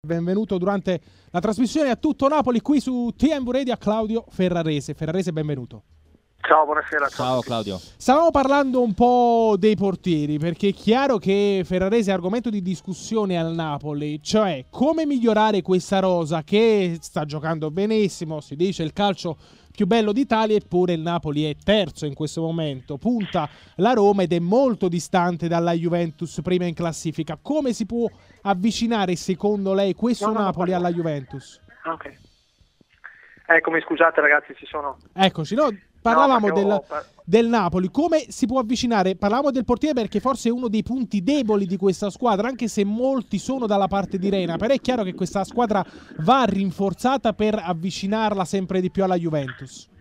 benvenuto durante la trasmissione a Tutto Napoli qui su TMV Radio a Claudio Ferrarese. Ferrarese, benvenuto. Ciao, buonasera. Ciao Claudio. Stavamo parlando un po' dei portieri, perché è chiaro che Ferrarese è argomento di discussione al Napoli, cioè come migliorare questa rosa che sta giocando benissimo, si dice il calcio più bello d'Italia, eppure il Napoli è terzo in questo momento, punta la Roma ed è molto distante dalla Juventus prima in classifica. Come si può avvicinare secondo lei questo Napoli alla Juventus? Ok. Eccomi, scusate ragazzi, ci sono. Eccoci, no? Parlavamo del Napoli, come si può avvicinare? Parlavamo del portiere perché forse è uno dei punti deboli di questa squadra, anche se molti sono dalla parte di Reina, però è chiaro che questa squadra va rinforzata per avvicinarla sempre di più alla Juventus.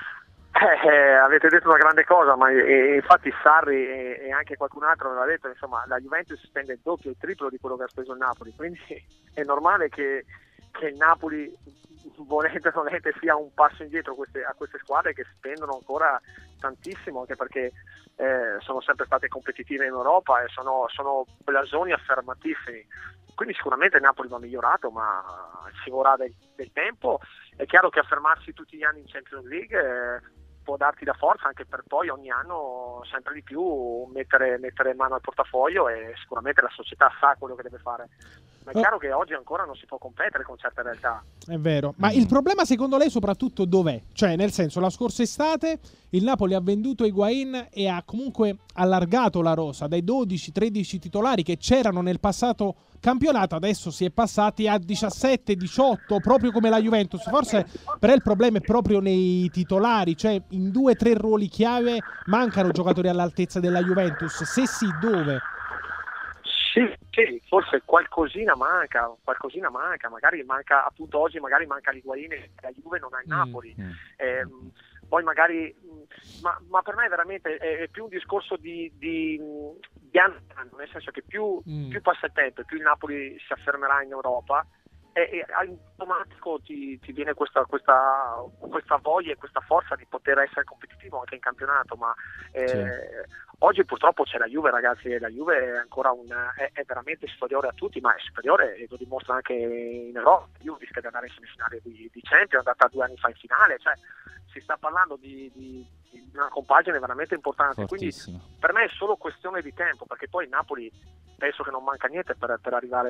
Avete detto una grande cosa, ma infatti Sarri e anche qualcun altro aveva detto, insomma, la Juventus spende il doppio, il triplo di quello che ha speso il Napoli, quindi è normale che il Napoli, volente o nolente, sia un passo indietro a queste squadre che spendono ancora tantissimo, anche perché sono sempre state competitive in Europa e sono blasoni affermatissimi. Quindi sicuramente il Napoli va migliorato, ma ci vorrà del tempo. È chiaro che affermarsi tutti gli anni in Champions League può darti la forza anche per poi ogni anno sempre di più mettere mano al portafoglio, e sicuramente la società sa quello che deve fare. Ma è chiaro che oggi ancora non si può competere con certe realtà. È vero, ma il problema secondo lei soprattutto dov'è? Cioè, nel senso, la scorsa estate il Napoli ha venduto Higuain e ha comunque allargato la rosa dai 12-13 titolari che c'erano nel passato campionato, adesso si è passati a 17-18, proprio come la Juventus. Forse però il problema è proprio nei titolari, cioè in 2-3 ruoli chiave mancano giocatori all'altezza della Juventus. Se sì, dove? Sì, forse qualcosina manca, magari manca, appunto oggi magari manca l'Higuain e la Juve non ha il Napoli. Poi magari, ma per me veramente è più un discorso di anno, nel senso che più passa il tempo e più il Napoli si affermerà in Europa, e automatico ti viene questa voglia e questa forza di poter essere competitivo anche in campionato. Ma oggi purtroppo c'è la Juve, ragazzi, e la Juve è ancora è veramente superiore a tutti, ma è superiore e lo dimostra anche in Europa. La Juve rischia di andare in semifinale di Champions, è andata 2 anni fa in finale, cioè si sta parlando di una compagine veramente importante. Fortissimo. Quindi per me è solo questione di tempo, perché poi il Napoli penso che non manca niente per arrivare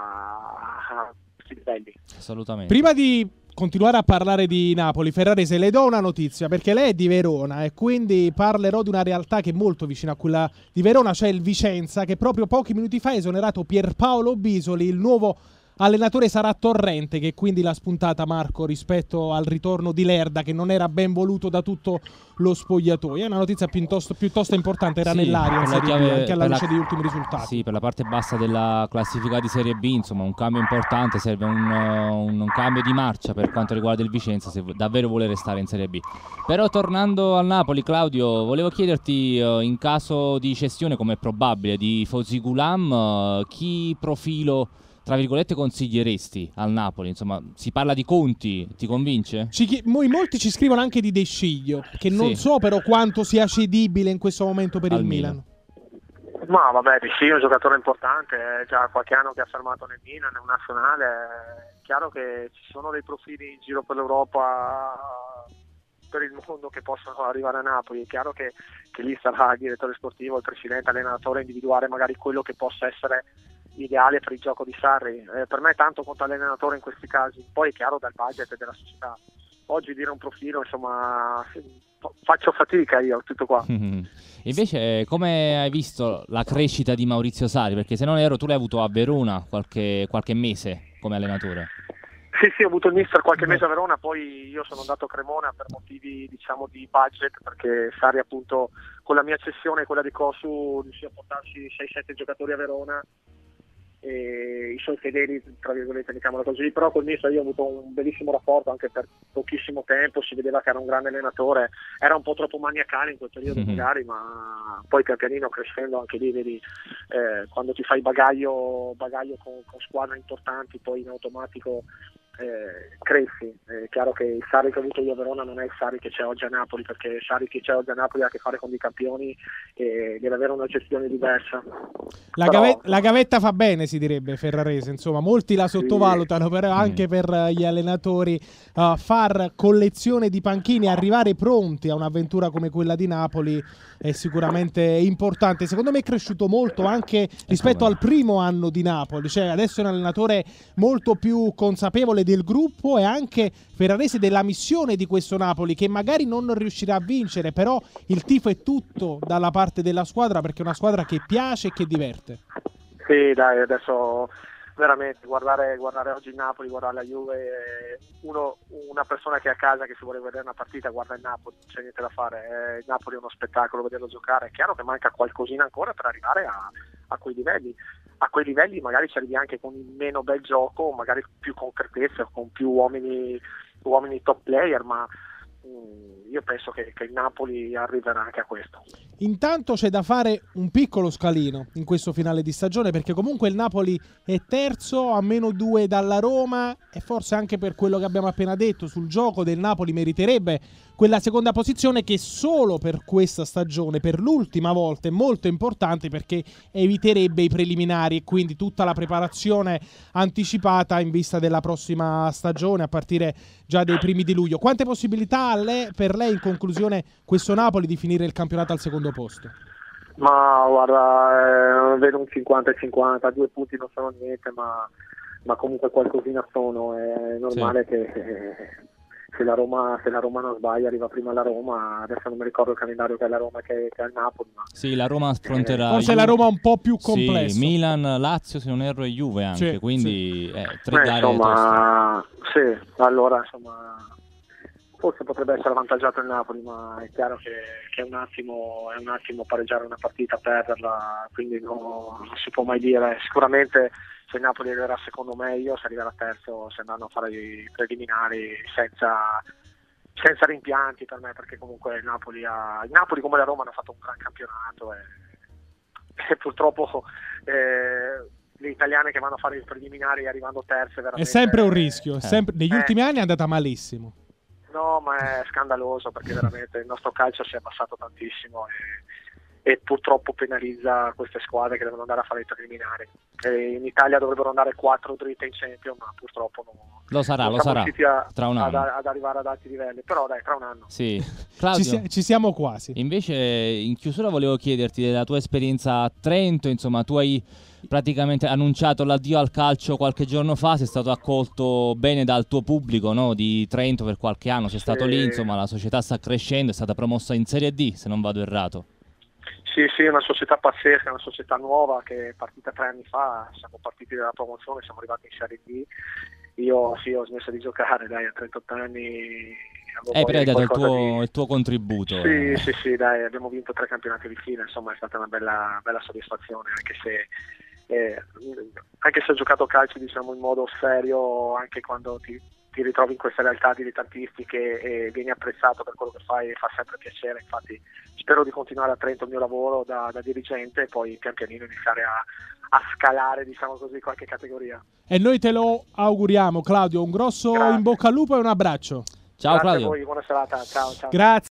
a questi livelli. Assolutamente. Prima di continuare a parlare di Napoli, Ferrarese, le do una notizia, perché lei è di Verona e quindi parlerò di una realtà che è molto vicina a quella di Verona, cioè il Vicenza, che proprio pochi minuti fa ha esonerato Pierpaolo Bisoli. Il nuovo allenatore sarà Torrente, che quindi l'ha spuntata, Marco, rispetto al ritorno di Lerda, che non era ben voluto da tutto lo spogliatoio. È una notizia piuttosto importante, era nell'aria in Serie B, anche alla luce degli ultimi risultati. Sì, per la parte bassa della classifica di Serie B, insomma, un cambio importante, serve un cambio di marcia per quanto riguarda il Vicenza, se davvero vuole restare in Serie B. Però tornando al Napoli, Claudio, volevo chiederti, in caso di cessione, come è probabile, di Fosy Gulam, chi profilo, tra virgolette, consiglieresti al Napoli? Insomma, si parla di Conti, ti convince? Molti ci scrivono anche di De Sciglio, che non so però quanto sia cedibile in questo momento per il Milan. Ma vabbè, De Sciglio è un giocatore importante, è già qualche anno che ha fermato nel Milan, è un nazionale. È chiaro che ci sono dei profili in giro per l'Europa, per il mondo, che possono arrivare a Napoli. È chiaro che lì sarà il direttore sportivo, il presidente, l'allenatore a individuare magari quello che possa essere ideale per il gioco di Sarri. Per me tanto conta l'allenatore in questi casi, poi è chiaro dal budget della società. Oggi dire un profilo, insomma, faccio fatica io, tutto qua. Invece come hai visto la crescita di Maurizio Sarri? Perché se non erro tu l'hai avuto a Verona qualche mese come allenatore. Sì, ho avuto il mister qualche mese a Verona, poi io sono andato a Cremona per motivi, diciamo, di budget, perché Sarri appunto con la mia cessione e quella di Cosu riuscì a portarsi 6-7 giocatori a Verona, e i suoi fedeli, tra virgolette, diciamolo così. Però col mister io ho avuto un bellissimo rapporto anche per pochissimo tempo, si vedeva che era un grande allenatore, era un po' troppo maniacale in quel periodo magari, ma poi pian pianino crescendo anche lì vedi, quando ti fai bagaglio con squadre importanti, poi in automatico cresci. È chiaro che il Sarri che ho avuto io a Verona non è il Sarri che c'è oggi a Napoli, perché il Sarri che c'è oggi a Napoli ha a che fare con dei campioni e deve avere una gestione diversa. La gavetta fa bene, si direbbe, Ferrarese, insomma molti la sottovalutano, però anche per gli allenatori far collezione di panchini e arrivare pronti a un'avventura come quella di Napoli è sicuramente importante. Secondo me è cresciuto molto anche rispetto al primo anno di Napoli, cioè adesso è un allenatore molto più consapevole del gruppo e anche Ferrarese della missione di questo Napoli, che magari non riuscirà a vincere, però il tifo è tutto dalla parte della squadra, perché è una squadra che piace e che diverte. Sì, dai, adesso veramente guardare oggi il Napoli, guardare la Juve, una persona che è a casa che si vuole vedere una partita guarda il Napoli, non c'è niente da fare. Il Napoli è uno spettacolo vederlo giocare. È chiaro che manca qualcosina ancora per arrivare a quei livelli. A quei livelli magari ci arrivi anche con il meno bel gioco, magari più concretezza, con più uomini top player, ma io penso che il Napoli arriverà anche a questo. Intanto c'è da fare un piccolo scalino in questo finale di stagione, perché comunque il Napoli è terzo a -2 dalla Roma, e forse anche per quello che abbiamo appena detto sul gioco del Napoli meriterebbe quella seconda posizione, che solo per questa stagione, per l'ultima volta, è molto importante, perché eviterebbe i preliminari e quindi tutta la preparazione anticipata in vista della prossima stagione a partire già dai primi di luglio. Quante possibilità ha per lei in conclusione questo Napoli di finire il campionato al secondo posto? Ma guarda, vedo un 50-50, 2 punti non sono niente, ma comunque qualcosina sono. È normale che se la Roma non sbaglia arriva prima la Roma. Adesso non mi ricordo il calendario che è la Roma che è il Napoli, ma sì, la Roma affronterà forse la Roma un po' più complesso, sì, Milan, Lazio se non erro e Juve anche, sì, quindi sì. 3 gare insomma, sì, allora insomma forse potrebbe essere avvantaggiato il Napoli, ma è chiaro che è un attimo pareggiare una partita, perderla, quindi non si può mai dire. Sicuramente se il Napoli arriverà secondo meglio, se arriverà terzo, se andranno a fare i preliminari senza rimpianti per me, perché comunque il Napoli come la Roma hanno fatto un gran campionato e purtroppo le italiane che vanno a fare i preliminari arrivando terze veramente, è sempre un rischio, negli ultimi anni è andata malissimo. No, ma è scandaloso, perché veramente il nostro calcio si è abbassato tantissimo e purtroppo penalizza queste squadre che devono andare a fare i preliminari. E in Italia dovrebbero andare 4 dritte in Champions, ma purtroppo lo sarà riusciti tra un anno ad arrivare ad alti livelli. Però dai, tra un anno. Sì. Claudio, ci siamo quasi. Invece in chiusura volevo chiederti della tua esperienza a Trento. Insomma, tu hai praticamente annunciato l'addio al calcio qualche giorno fa, sei stato accolto bene dal tuo pubblico, no? Di Trento per qualche anno, sei stato lì, insomma la società sta crescendo, è stata promossa in Serie D se non vado errato. Sì, è una società pazzesca, una società nuova che è partita 3 anni fa, siamo partiti dalla promozione, siamo arrivati in Serie D. Io ho smesso di giocare, dai, a 38 anni. Però hai dato il tuo contributo. Sì, dai, abbiamo vinto 3 campionati di fila, insomma è stata una bella soddisfazione, anche se ho giocato calcio, diciamo, in modo serio, anche quando ti ritrovi in questa realtà dilettantistiche e vieni apprezzato per quello che fai, fa sempre piacere. Infatti spero di continuare a Trento il mio lavoro da dirigente e poi pian pianino iniziare a scalare, diciamo così, qualche categoria. E noi te lo auguriamo, Claudio, un grosso in bocca al lupo e un abbraccio. Ciao Grazie Claudio. a voi, buona serata, ciao. Grazie.